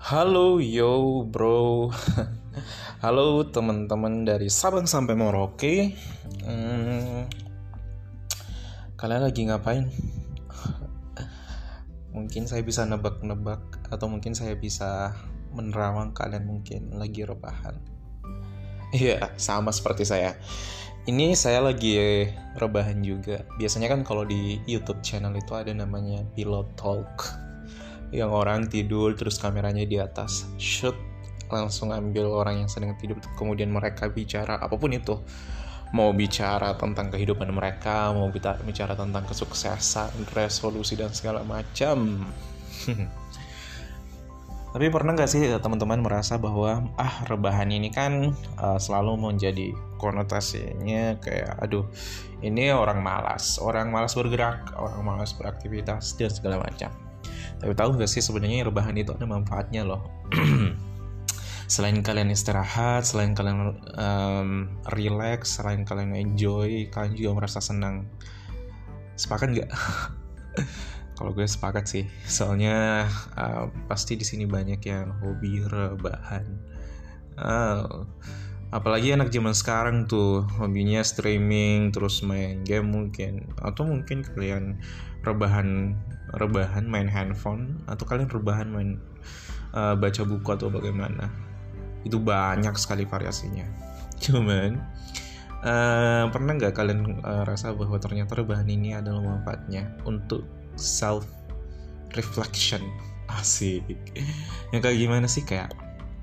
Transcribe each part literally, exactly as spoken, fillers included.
Halo yo bro. Halo teman-teman dari Sabang sampai Merauke. hmm, Kalian lagi ngapain? Mungkin saya bisa nebak-nebak, atau mungkin saya bisa menerawang kalian mungkin lagi rebahan. Iya, sama seperti saya. Ini saya lagi rebahan juga. Biasanya kan kalau di YouTube channel itu ada namanya Pillow Talk, yang orang tidur terus kameranya di atas, shoot, langsung ambil orang yang sedang tidur, kemudian mereka bicara apapun itu. Mau bicara tentang kehidupan mereka, mau bicara tentang kesuksesan, resolusi, dan segala macam. Tapi pernah gak sih teman-teman merasa bahwa ah rebahan ini kan uh, selalu menjadi konotasinya kayak aduh ini orang malas, orang malas bergerak, orang malas beraktivitas, dan segala macam. Tapi tahu gak sih sebenarnya rebahan itu ada manfaatnya loh. Selain kalian istirahat, selain kalian um, relax, selain kalian enjoy, kalian juga merasa senang. Sepakat gak? Kalau gue sepakat sih, soalnya uh, pasti di sini banyak yang hobi rebahan. Uh, apalagi anak zaman sekarang tuh hobinya streaming, terus main game mungkin, atau mungkin kalian rebahan rebahan main handphone, atau kalian rebahan main uh, baca buku atau bagaimana. Itu banyak sekali variasinya. Cuman uh, pernah nggak kalian uh, rasa bahwa ternyata rebahan ini adalah manfaatnya untuk self reflection? Asik. Yang kayak gimana sih? Kayak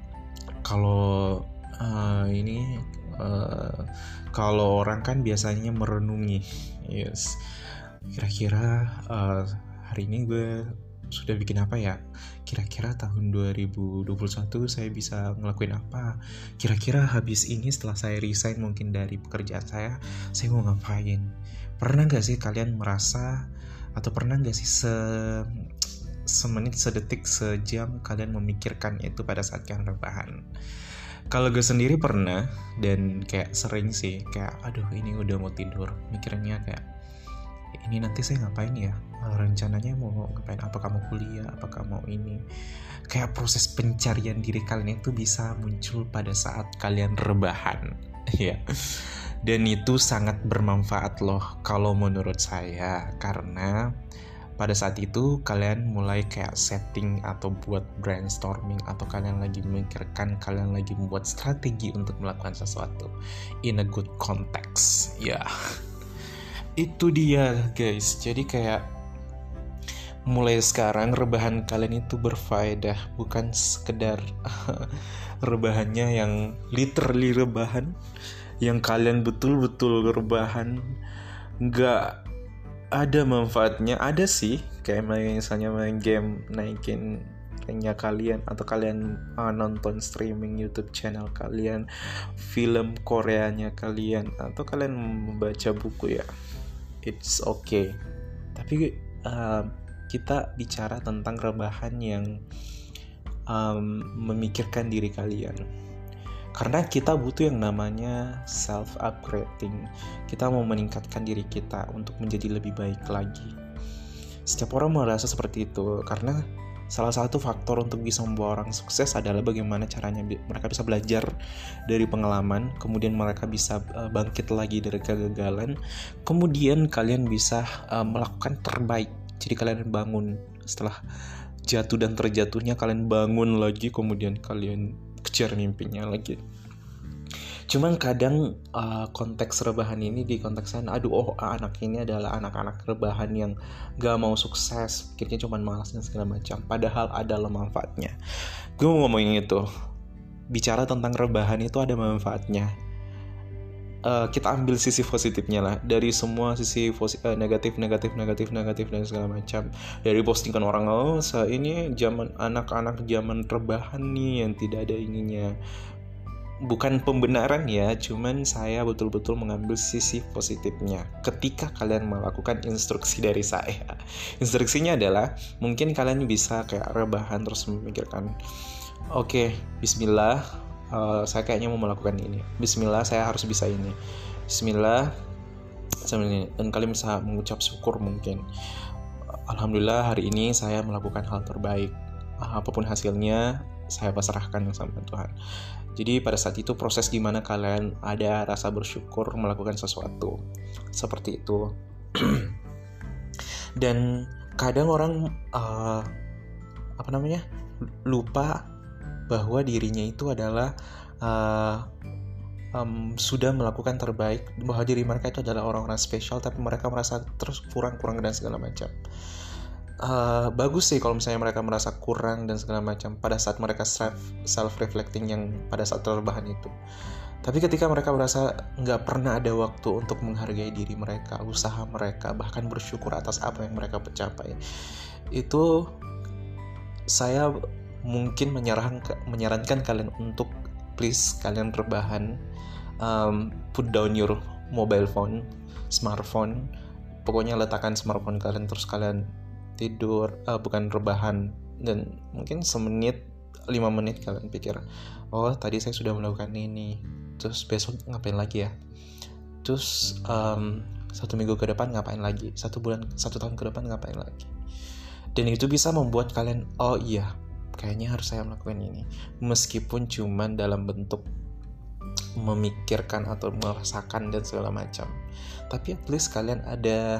kalau uh, ini uh, kalau orang kan biasanya merenungi, yes, kira-kira uh, hari ini gue sudah bikin apa ya? Kira-kira tahun dua ribu dua puluh satu saya bisa ngelakuin apa? Kira-kira habis ini setelah saya resign mungkin dari pekerjaan saya, saya mau ngapain? Pernah gak sih kalian merasa, atau pernah gak sih se semenit, sedetik, sejam kalian memikirkan itu pada saat kalian rebahan? Kalau gue sendiri pernah, dan kayak sering sih, kayak aduh ini udah mau tidur, mikirnya kayak ini nanti saya ngapain ya, rencananya mau ngapain, apakah mau kuliah, apakah mau ini. Kayak proses pencarian diri kalian itu bisa muncul pada saat kalian rebahan. Ya. Dan itu sangat bermanfaat loh kalau menurut saya, karena pada saat itu kalian mulai kayak setting atau buat brainstorming, atau kalian lagi memikirkan, kalian lagi membuat strategi untuk melakukan sesuatu in a good context. Ya. Itu dia guys. Jadi kayak mulai sekarang rebahan kalian itu berfaedah, bukan sekedar rebahannya yang literally rebahan, yang kalian betul-betul rebahan nggak ada manfaatnya. Ada sih, kayak misalnya main game naikin ranknya kalian, atau kalian uh, nonton streaming YouTube channel kalian, film Koreanya kalian, atau kalian membaca buku, ya it's okay. Tapi uh, kita bicara tentang rebahan yang um, memikirkan diri kalian, karena kita butuh yang namanya self upgrading. Kita mau meningkatkan diri kita untuk menjadi lebih baik lagi. Setiap orang merasa seperti itu, karena salah satu faktor untuk bisa membawa orang sukses adalah bagaimana caranya mereka bisa belajar dari pengalaman, kemudian mereka bisa uh, bangkit lagi dari kegagalan, kemudian kalian bisa uh, melakukan terbaik. Jadi kalian bangun setelah jatuh dan terjatuhnya, kalian bangun lagi, kemudian kalian kejar mimpinya lagi. Cuman kadang uh, konteks rebahan ini di konteks sana, aduh oh anak ini adalah anak-anak rebahan yang gak mau sukses, pikirnya cuma malas dan segala macam. Padahal adalah manfaatnya. Gue mau ngomongin itu, bicara tentang rebahan itu ada manfaatnya. Uh, kita ambil sisi positifnya lah, dari semua sisi posi- uh, negatif negatif negatif negatif dan segala macam. Dari postingan orang, oh saya ini zaman anak-anak zaman rebahan nih yang tidak ada ininya. Bukan pembenaran ya, cuman saya betul-betul mengambil sisi positifnya ketika kalian melakukan instruksi dari saya. Instruksinya adalah, mungkin kalian bisa kayak rebahan terus memikirkan, oke, okay, bismillah, uh, saya kayaknya mau melakukan ini. Bismillah, saya harus bisa ini. Bismillah, ini. Dan kalian bisa mengucap syukur mungkin. Alhamdulillah hari ini saya melakukan hal terbaik. Apapun hasilnya, saya pasrahkan sama Tuhan. Jadi pada saat itu proses dimana kalian ada rasa bersyukur melakukan sesuatu seperti itu. Dan kadang orang uh, apa namanya lupa bahwa dirinya itu adalah uh, um, sudah melakukan terbaik, bahwa diri mereka itu adalah orang-orang spesial, tapi mereka merasa terus kurang-kurang dan segala macam. Uh, bagus sih kalau misalnya mereka merasa kurang dan segala macam pada saat mereka self self reflecting yang pada saat rebahan itu. Tapi ketika mereka merasa nggak pernah ada waktu untuk menghargai diri mereka, usaha mereka, bahkan bersyukur atas apa yang mereka capai, itu saya mungkin menyarankan menyarankan kalian untuk please kalian rebahan, um, put down your mobile phone, smartphone, pokoknya letakkan smartphone kalian terus kalian tidur, uh, bukan rebahan, dan mungkin semenit lima menit kalian pikir, oh tadi saya sudah melakukan ini, terus besok ngapain lagi ya, terus um, satu minggu ke depan ngapain lagi, satu bulan, satu tahun ke depan ngapain lagi. Dan itu bisa membuat kalian, oh iya kayaknya harus saya melakukan ini, meskipun cuman dalam bentuk memikirkan atau merasakan dan segala macam, tapi at least kalian ada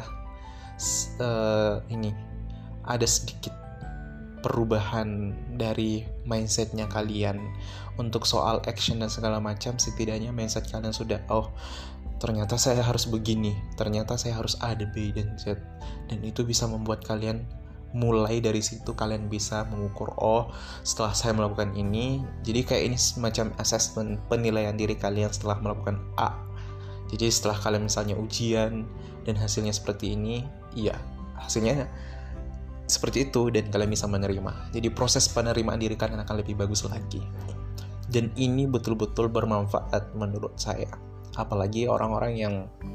uh, ini ada sedikit perubahan dari mindsetnya kalian untuk soal action dan segala macam. Setidaknya mindset kalian sudah, oh ternyata saya harus begini, ternyata saya harus A, B, dan Z, dan itu bisa membuat kalian mulai dari situ kalian bisa mengukur, oh setelah saya melakukan ini, jadi kayak ini semacam assessment, penilaian diri kalian setelah melakukan A. Jadi setelah kalian misalnya ujian dan hasilnya seperti ini, iya hasilnya seperti itu dan kalian bisa menerima. Jadi proses penerimaan diri kalian akan lebih bagus lagi. Dan ini betul-betul bermanfaat menurut saya. Apalagi orang-orang yang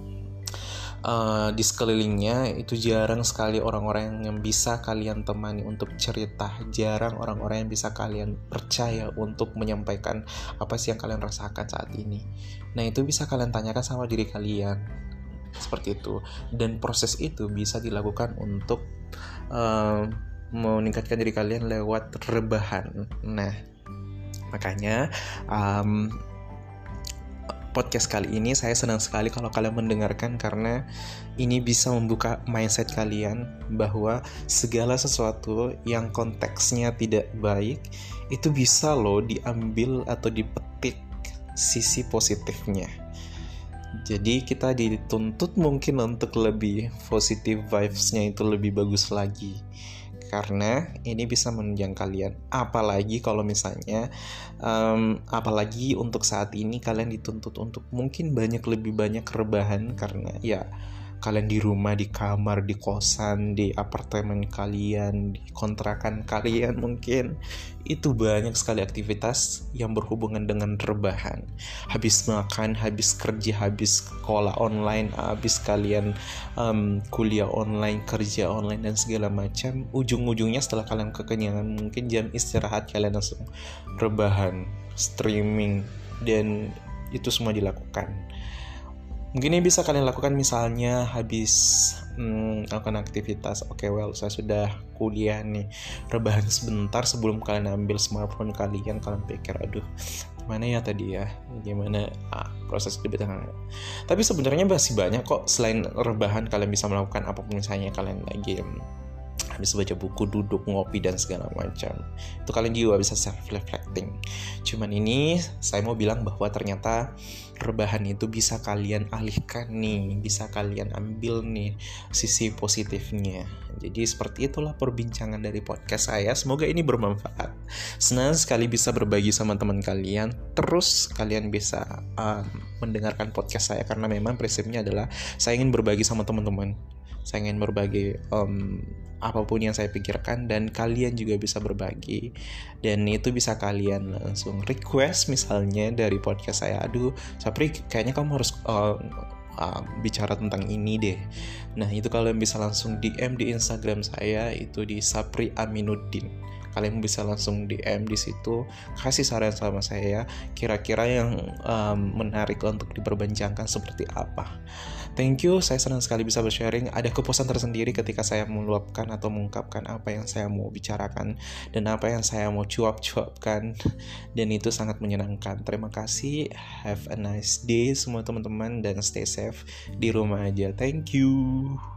uh, di sekelilingnya itu jarang sekali orang-orang yang bisa kalian temani untuk cerita. Jarang orang-orang yang bisa kalian percaya untuk menyampaikan apa sih yang kalian rasakan saat ini. Nah itu bisa kalian tanyakan sama diri kalian. Seperti itu. Dan proses itu bisa dilakukan untuk uh, meningkatkan diri kalian lewat rebahan. Nah makanya um, podcast kali ini saya senang sekali kalau kalian mendengarkan, karena ini bisa membuka mindset kalian bahwa segala sesuatu yang konteksnya tidak baik itu bisa loh diambil atau dipetik sisi positifnya. Jadi kita dituntut mungkin untuk lebih positive vibes-nya itu lebih bagus lagi, karena ini bisa menunjang kalian. Apalagi kalau misalnya um, apalagi untuk saat ini kalian dituntut untuk mungkin banyak lebih banyak rebahan, karena ya kalian di rumah, di kamar, di kosan, di apartemen kalian, di kontrakan kalian, mungkin itu banyak sekali aktivitas yang berhubungan dengan rebahan. Habis makan, habis kerja, habis sekolah online, habis kalian um, kuliah online, kerja online dan segala macam, ujung-ujungnya setelah kalian kekenyangan, mungkin jam istirahat kalian langsung rebahan, streaming, dan itu semua dilakukan. Mungkin ini bisa kalian lakukan misalnya habis hmm, melakukan aktivitas. Oke, okay, well, saya sudah kuliah nih, rebahan sebentar sebelum kalian ambil smartphone kalian. Kalian pikir, aduh, gimana ya tadi ya, gimana ah, proses di belakang. Tapi sebenarnya masih banyak kok selain rebahan kalian bisa melakukan apapun, misalnya kalian lagi habis baca buku, duduk, ngopi, dan segala macam. Itu kalian juga bisa self-reflecting. Cuman ini saya mau bilang bahwa ternyata rebahan itu bisa kalian alihkan nih, bisa kalian ambil nih sisi positifnya. Jadi seperti itulah perbincangan dari podcast saya. Semoga ini bermanfaat. Senang sekali bisa berbagi sama teman kalian. Terus kalian bisa uh, mendengarkan podcast saya, karena memang prinsipnya adalah saya ingin berbagi sama teman-teman. Saya ingin berbagi um, apapun yang saya pikirkan, dan kalian juga bisa berbagi. Dan itu bisa kalian langsung request misalnya dari podcast saya, aduh Sapri kayaknya kamu harus uh, uh, bicara tentang ini deh. Nah itu kalian bisa langsung D M di Instagram saya, itu di Sapri Aminuddin. kalian bisa langsung D M di situ, kasih saran sama saya kira-kira yang um, menarik untuk diperbincangkan seperti apa. Thank you, saya senang sekali bisa bersharing. Ada kepuasan tersendiri ketika saya meluapkan atau mengungkapkan apa yang saya mau bicarakan dan apa yang saya mau cuap-cuapkan, dan itu sangat menyenangkan. Terima kasih, have a nice day semua teman-teman, dan stay safe di rumah aja. Thank you.